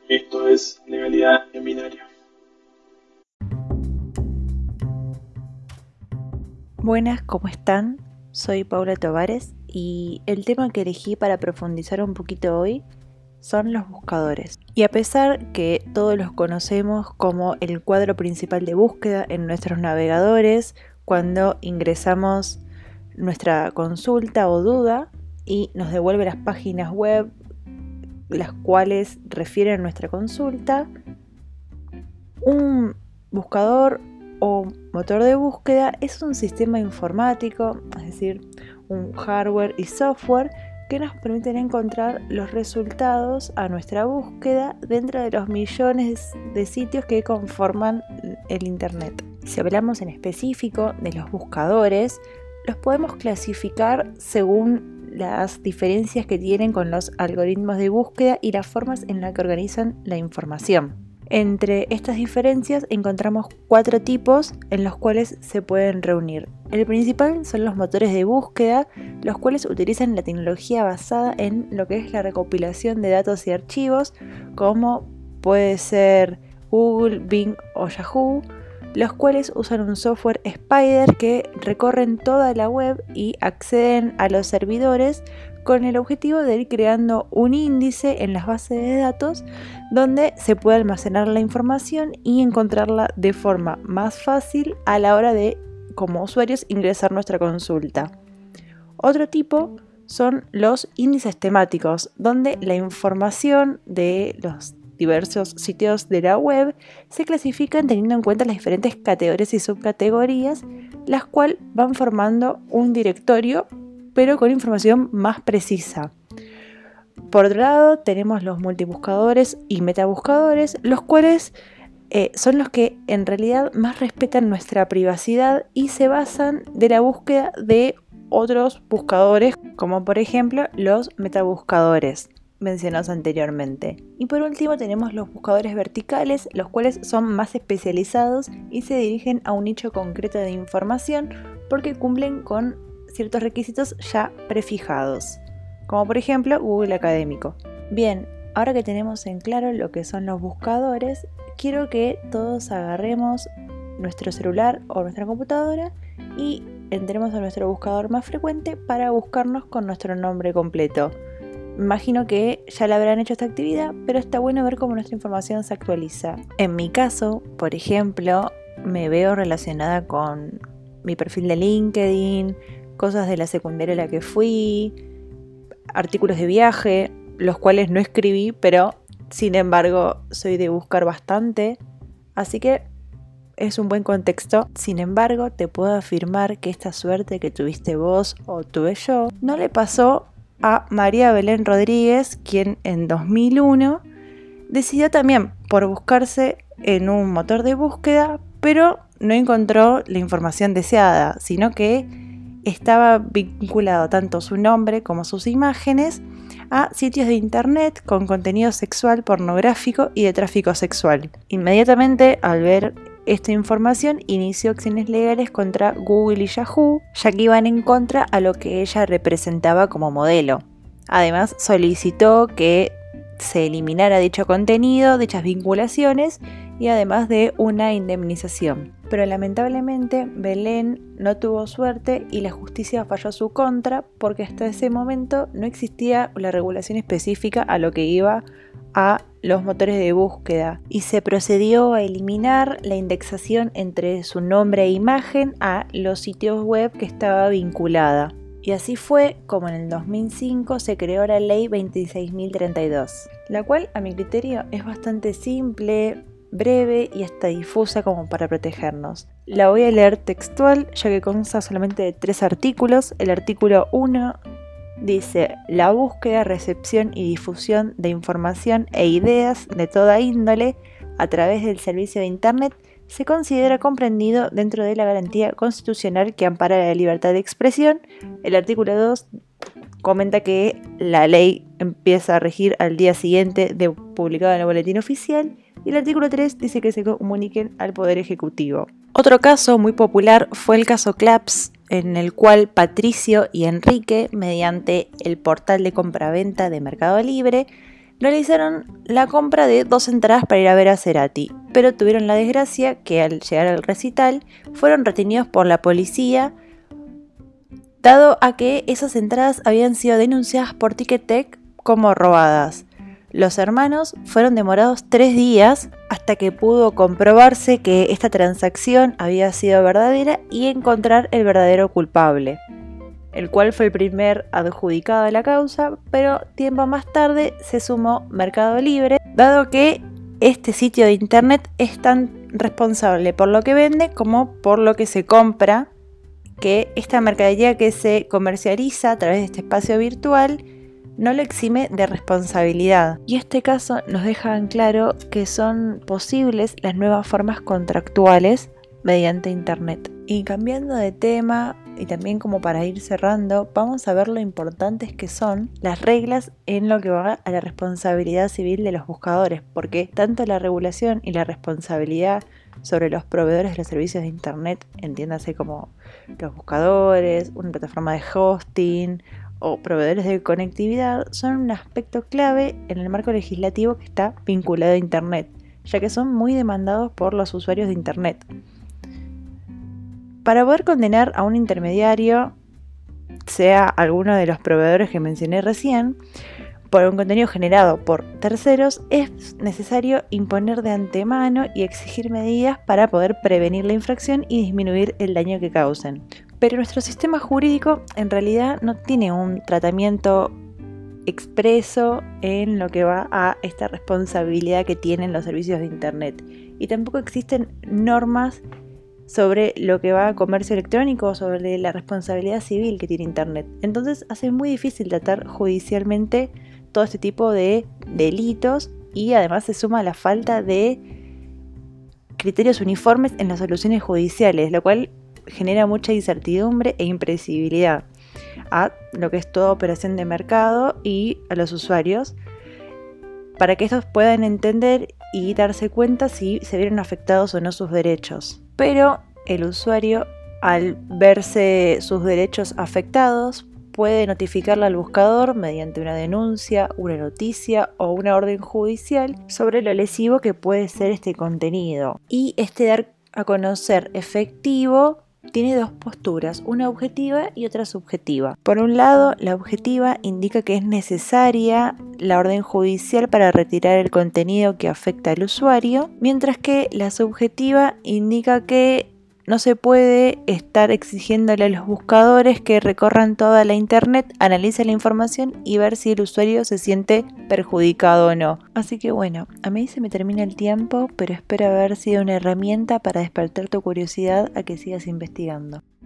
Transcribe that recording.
Esto es Legalidad en Binario. Buenas, ¿cómo están? Soy Paula Tovares y el tema que elegí para profundizar un poquito hoy son los buscadores. Y a pesar que todos los conocemos como el cuadro principal de búsqueda en nuestros navegadores, cuando ingresamos nuestra consulta o duda y nos devuelve las páginas web las cuales refieren nuestra consulta, un buscador o motor de búsqueda es un sistema informático, es decir, un hardware y software que nos permiten encontrar los resultados a nuestra búsqueda dentro de los millones de sitios que conforman el Internet. Si hablamos en específico de los buscadores, los podemos clasificar según las diferencias que tienen con los algoritmos de búsqueda y las formas en las que organizan la información. Entre estas diferencias encontramos 4 tipos en los cuales se pueden reunir. El principal son los motores de búsqueda, los cuales utilizan la tecnología basada en lo que es la recopilación de datos y archivos, como puede ser Google, Bing o Yahoo, los cuales usan un software Spider que recorren toda la web y acceden a los servidores con el objetivo de ir creando un índice en las bases de datos donde se puede almacenar la información y encontrarla de forma más fácil a la hora de, como usuarios, ingresar nuestra consulta. Otro tipo son los índices temáticos, donde la información de los diversos sitios de la web se clasifican teniendo en cuenta las diferentes categorías y subcategorías, las cuales van formando un directorio pero con información más precisa. Por otro lado, tenemos los multibuscadores y metabuscadores, los cuales son los que en realidad más respetan nuestra privacidad y se basan de la búsqueda de otros buscadores, como por ejemplo los metabuscadores mencionados anteriormente. Y por último tenemos los buscadores verticales, los cuales son más especializados y se dirigen a un nicho concreto de información porque cumplen con ciertos requisitos ya prefijados, como por ejemplo Google Académico. Bien, ahora que tenemos en claro lo que son los buscadores, quiero que todos agarremos nuestro celular o nuestra computadora y entremos a nuestro buscador más frecuente para buscarnos con nuestro nombre completo. Imagino que ya la habrán hecho esta actividad, pero está bueno ver cómo nuestra información se actualiza. En mi caso, por ejemplo, me veo relacionada con mi perfil de LinkedIn, cosas de la secundaria a la que fui, artículos de viaje, los cuales no escribí, pero sin embargo soy de buscar bastante, así que es un buen contexto. Sin embargo, te puedo afirmar que esta suerte que tuviste vos o tuve yo no le pasó a María Belén Rodríguez, quien en 2001 decidió también por buscarse en un motor de búsqueda, pero no encontró la información deseada, sino que estaba vinculado tanto su nombre como sus imágenes a sitios de internet con contenido sexual, pornográfico y de tráfico sexual. Inmediatamente, al ver esta información, inició acciones legales contra Google y Yahoo, ya que iban en contra a lo que ella representaba como modelo. Además, solicitó que se eliminara dicho contenido, dichas vinculaciones y además de una indemnización. Pero lamentablemente Belén no tuvo suerte y la justicia falló a su contra porque hasta ese momento no existía la regulación específica a lo que iba a los motores de búsqueda y se procedió a eliminar la indexación entre su nombre e imagen a los sitios web que estaba vinculada. Y así fue como en el 2005 se creó la ley 26.032, la cual a mi criterio es bastante simple, breve y hasta difusa como para protegernos. La voy a leer textual ya que consta solamente de 3 artículos. El artículo 1 dice: la búsqueda, recepción y difusión de información e ideas de toda índole a través del servicio de Internet se considera comprendido dentro de la garantía constitucional que ampara la libertad de expresión. El artículo 2 comenta que la ley empieza a regir al día siguiente de publicado en el boletín oficial. Y el artículo 3 dice que se comuniquen al Poder Ejecutivo. Otro caso muy popular fue el caso Claps, en el cual Patricio y Enrique, mediante el portal de compraventa de Mercado Libre, realizaron la compra de 2 entradas para ir a ver a Cerati, pero tuvieron la desgracia que al llegar al recital fueron retenidos por la policía, dado a que esas entradas habían sido denunciadas por Ticketek como robadas. Los hermanos fueron demorados 3 días hasta que pudo comprobarse que esta transacción había sido verdadera y encontrar el verdadero culpable, el cual fue el primer adjudicado de la causa, pero tiempo más tarde se sumó Mercado Libre, dado que este sitio de internet es tan responsable por lo que vende como por lo que se compra, que esta mercadería que se comercializa a través de este espacio virtual no lo exime de responsabilidad. Y este caso nos deja en claro que son posibles las nuevas formas contractuales mediante internet. Y cambiando de tema, y también como para ir cerrando, vamos a ver lo importantes que son las reglas en lo que va a la responsabilidad civil de los buscadores, porque tanto la regulación y la responsabilidad sobre los proveedores de los servicios de internet, entiéndase como los buscadores, una plataforma de hosting o proveedores de conectividad, son un aspecto clave en el marco legislativo que está vinculado a internet, ya que son muy demandados por los usuarios de internet. Para poder condenar a un intermediario, sea alguno de los proveedores que mencioné recién, por un contenido generado por terceros, es necesario imponer de antemano y exigir medidas para poder prevenir la infracción y disminuir el daño que causen. Pero nuestro sistema jurídico en realidad no tiene un tratamiento expreso en lo que va a esta responsabilidad que tienen los servicios de internet. Y tampoco existen normas sobre lo que va a comercio electrónico, sobre la responsabilidad civil que tiene internet. Entonces hace muy difícil tratar judicialmente todo este tipo de delitos, y además se suma la falta de criterios uniformes en las soluciones judiciales, lo cual genera mucha incertidumbre e imprevisibilidad a lo que es toda operación de mercado y a los usuarios, para que estos puedan entender y darse cuenta si se vieron afectados o no sus derechos. Pero el usuario, al verse sus derechos afectados, puede notificarle al buscador mediante una denuncia, una noticia o una orden judicial sobre lo lesivo que puede ser este contenido. Y este dar a conocer efectivo tiene dos posturas, una objetiva y otra subjetiva. Por un lado, la objetiva indica que es necesaria la orden judicial para retirar el contenido que afecta al usuario, mientras que la subjetiva indica que no se puede estar exigiéndole a los buscadores que recorran toda la internet, analicen la información y ver si el usuario se siente perjudicado o no. Así que bueno, a mí se me termina el tiempo, pero espero haber sido una herramienta para despertar tu curiosidad a que sigas investigando.